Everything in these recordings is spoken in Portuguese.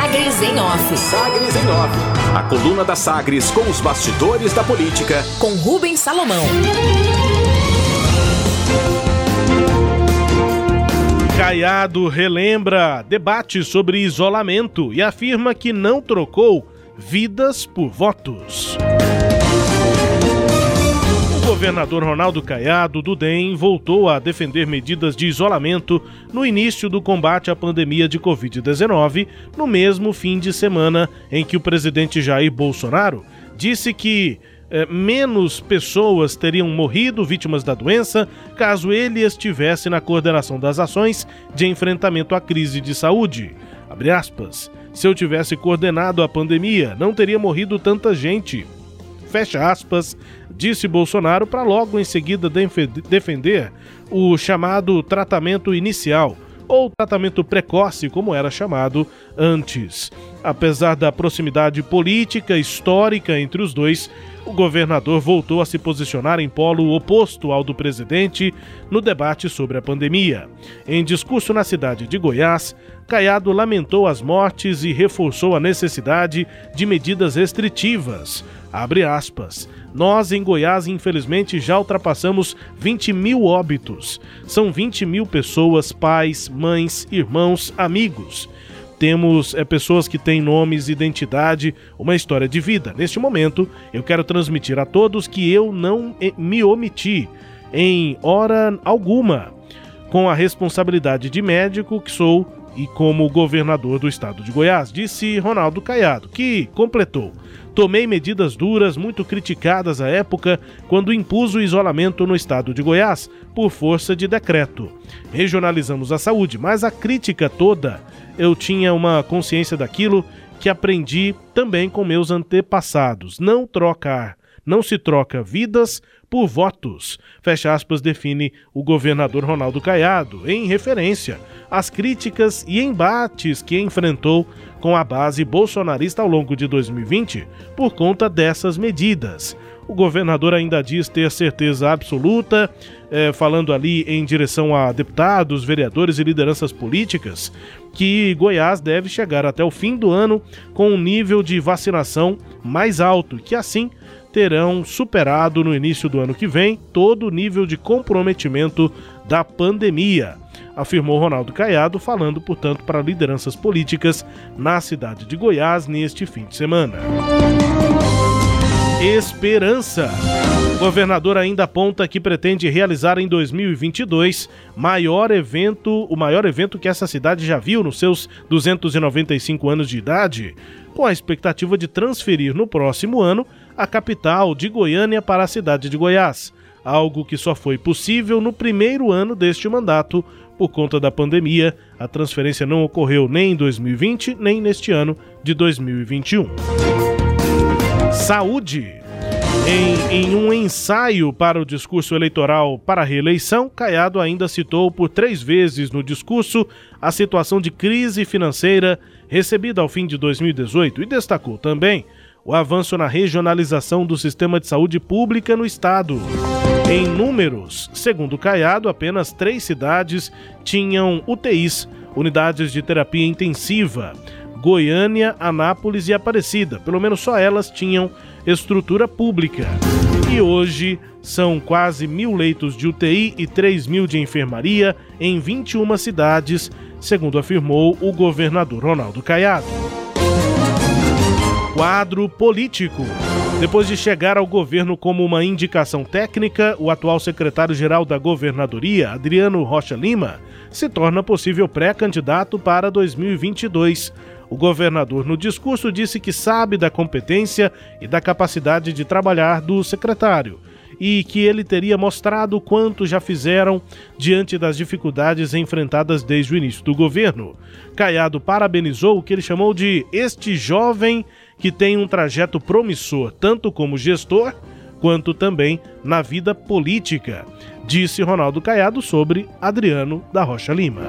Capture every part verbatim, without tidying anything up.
Sagres em Off. Sagres em Off. A coluna da Sagres com os bastidores da política. Com Rubens Salomão. Caiado relembra debate sobre isolamento e afirma que não trocou vidas por votos. O governador Ronaldo Caiado, do D E M, voltou a defender medidas de isolamento no início do combate à pandemia de covid dezenove, no mesmo fim de semana em que o presidente Jair Bolsonaro disse que eh, menos pessoas teriam morrido vítimas da doença caso ele estivesse na coordenação das ações de enfrentamento à crise de saúde. Abre aspas. Se eu tivesse coordenado a pandemia, não teria morrido tanta gente. Fecha aspas, disse Bolsonaro para logo em seguida defender o chamado tratamento inicial, ou tratamento precoce, como era chamado antes. Apesar da proximidade política histórica entre os dois, o governador voltou a se posicionar em polo oposto ao do presidente no debate sobre a pandemia. Em discurso na cidade de Goiás, Caiado lamentou as mortes e reforçou a necessidade de medidas restritivas. Abre aspas. Nós, em Goiás, infelizmente, já ultrapassamos vinte mil óbitos. São vinte mil pessoas, pais, mães, irmãos, amigos. Temos é, pessoas que têm nomes, identidade, uma história de vida. Neste momento, eu quero transmitir a todos que eu não me omiti em hora alguma, com a responsabilidade de médico que sou e como governador do estado de Goiás, disse Ronaldo Caiado, que completou. Tomei medidas duras, muito criticadas à época, quando impus o isolamento no estado de Goiás, por força de decreto. Regionalizamos a saúde, mas a crítica toda, eu tinha uma consciência daquilo que aprendi também com meus antepassados. Não trocar, não se troca vidas por votos. Fecha aspas, define o governador Ronaldo Caiado, em referência às críticas e embates que enfrentou com a base bolsonarista ao longo de dois mil e vinte por conta dessas medidas. O governador ainda diz ter certeza absoluta, eh, falando ali em direção a deputados, vereadores e lideranças políticas, que Goiás deve chegar até o fim do ano com um nível de vacinação mais alto, que assim terão superado no início do ano que vem todo o nível de comprometimento da pandemia, afirmou Ronaldo Caiado, falando, portanto, para lideranças políticas na cidade de Goiás neste fim de semana. Esperança. O governador ainda aponta que pretende realizar em dois mil e vinte e dois maior evento, o maior evento que essa cidade já viu nos seus duzentos e noventa e cinco anos de idade, com a expectativa de transferir no próximo ano a capital de Goiânia para a cidade de Goiás, algo que só foi possível no primeiro ano deste mandato por conta da pandemia. A transferência não ocorreu nem em dois mil e vinte, nem neste ano de dois mil e vinte e um. Saúde. Em, em um ensaio para o discurso eleitoral para a reeleição, Caiado ainda citou por três vezes no discurso a situação de crise financeira recebida ao fim de dois mil e dezoito e destacou também o avanço na regionalização do sistema de saúde pública no estado. Em números, segundo Caiado, apenas três cidades tinham U T Is, unidades de terapia intensiva: Goiânia, Anápolis e Aparecida. Pelo menos só elas tinham estrutura pública. E hoje são quase mil leitos de U T I e três mil de enfermaria em vinte e uma cidades, segundo afirmou o governador Ronaldo Caiado. Quadro político. Depois de chegar ao governo como uma indicação técnica, o atual secretário-geral da Governadoria, Adriano Rocha Lima, se torna possível pré-candidato para dois mil e vinte e dois. O governador, no discurso, disse que sabe da competência e da capacidade de trabalhar do secretário e que ele teria mostrado quanto já fizeram diante das dificuldades enfrentadas desde o início do governo. Caiado parabenizou o que ele chamou de este jovem que tem um trajeto promissor, tanto como gestor, quanto também na vida política, disse Ronaldo Caiado sobre Adriano da Rocha Lima.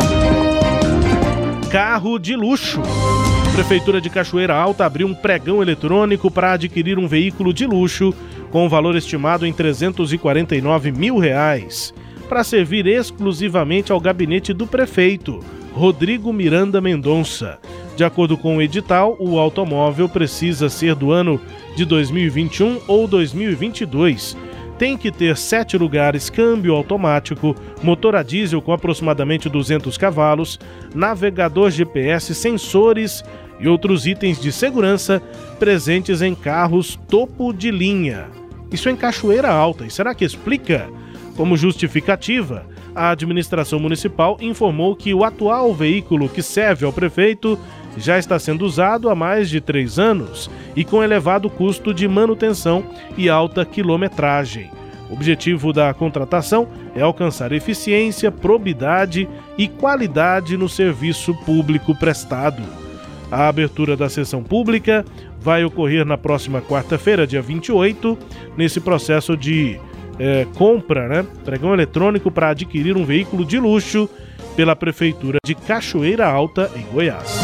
Carro de luxo. A Prefeitura de Cachoeira Alta abriu um pregão eletrônico para adquirir um veículo de luxo com um valor estimado em trezentos e quarenta e nove mil reais, para servir exclusivamente ao gabinete do prefeito, Rodrigo Miranda Mendonça. De acordo com o edital, o automóvel precisa ser do ano de dois mil e vinte e um ou dois mil e vinte e dois. Tem que ter sete lugares, câmbio automático, motor a diesel com aproximadamente duzentos cavalos, navegador G P S, sensores e outros itens de segurança presentes em carros topo de linha. Isso em Cachoeira Alta. E será que explica? Como justificativa, a administração municipal informou que o atual veículo que serve ao prefeito já está sendo usado há mais de três anos e com elevado custo de manutenção e alta quilometragem. O objetivo da contratação é alcançar eficiência, probidade e qualidade no serviço público prestado. A abertura da sessão pública vai ocorrer na próxima quarta-feira, dia vinte e oito, nesse processo de é, compra, né, pregão eletrônico para adquirir um veículo de luxo pela Prefeitura de Cachoeira Alta, em Goiás.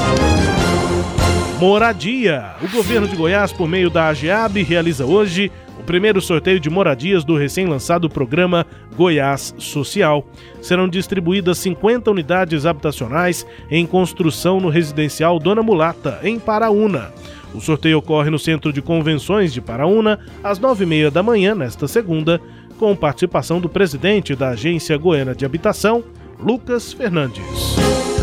Moradia. O governo de Goiás, por meio da AGEAB, realiza hoje o primeiro sorteio de moradias do recém-lançado programa Goiás Social. Serão distribuídas cinquenta unidades habitacionais em construção no residencial Dona Mulata, em Paraúna. O sorteio ocorre no Centro de Convenções de Paraúna, às nove e meia da manhã, nesta segunda, com participação do presidente da Agência Goiana de Habitação, Lucas Fernandes.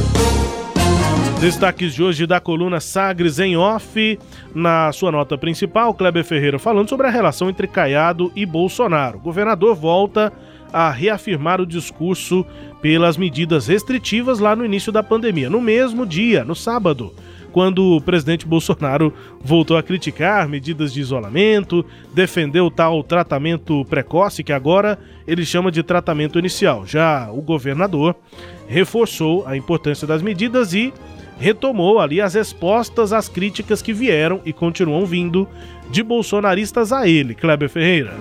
Destaques de hoje da coluna Sagres em Off. Na sua nota principal, Kleber Ferreira falando sobre a relação entre Caiado e Bolsonaro. O governador volta a reafirmar o discurso pelas medidas restritivas lá no início da pandemia. No mesmo dia, no sábado, quando o presidente Bolsonaro voltou a criticar medidas de isolamento, defendeu o tal tratamento precoce, que agora ele chama de tratamento inicial. Já o governador reforçou a importância das medidas e retomou ali as respostas às críticas que vieram e continuam vindo de bolsonaristas a ele. Kleber Ferreira.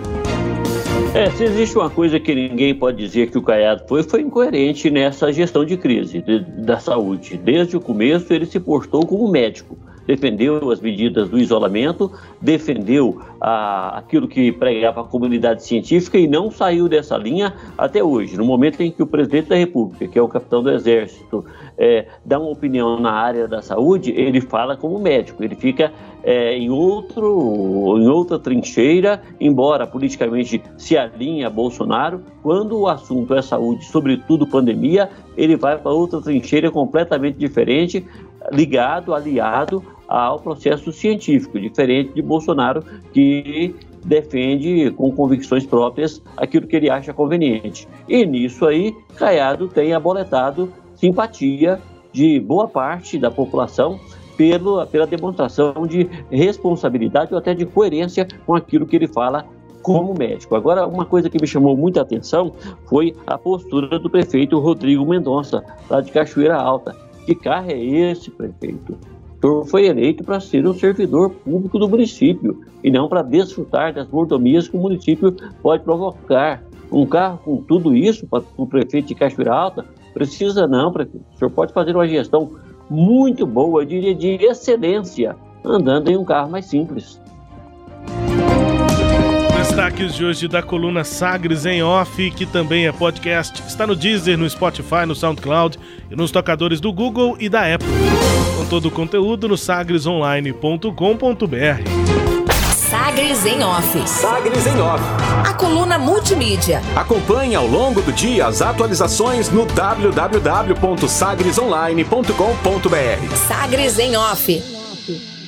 É, se existe uma coisa que ninguém pode dizer que o Caiado foi, foi incoerente nessa gestão de crise de, da saúde. Desde o começo ele se postou como médico, defendeu as medidas do isolamento, defendeu a, aquilo que pregava a comunidade científica e não saiu dessa linha até hoje. No momento em que o presidente da República, que é o capitão do Exército, é, dá uma opinião na área da saúde, ele fala como médico, ele fica é, em, outro, em outra trincheira, embora politicamente se alinhe a Bolsonaro. Quando o assunto é saúde, sobretudo pandemia, ele vai para outra trincheira completamente diferente, ligado, aliado ao processo científico, diferente de Bolsonaro, que defende com convicções próprias aquilo que ele acha conveniente. E nisso aí, Caiado tem aboletado simpatia de boa parte da população pelo, pela demonstração de responsabilidade ou até de coerência com aquilo que ele fala como médico. Agora, uma coisa que me chamou muita atenção foi a postura do prefeito Rodrigo Mendonça, lá de Cachoeira Alta. Que carro é esse, prefeito? O senhor foi eleito para ser um servidor público do município e não para desfrutar das mordomias que o município pode provocar. Um carro com tudo isso para o prefeito de Cachoeira Alta? Precisa não, prefeito. O senhor pode fazer uma gestão muito boa, eu diria de excelência, andando em um carro mais simples. Destaques de hoje da coluna Sagres em Off, que também é podcast. Está no Deezer, no Spotify, no SoundCloud e nos tocadores do Google e da Apple. Com todo o conteúdo no sagres online ponto com ponto b r. Sagres em Off. Sagres em Off. A coluna multimídia. Acompanhe ao longo do dia as atualizações no w w w ponto sagres online ponto com ponto b r. Sagres em Off.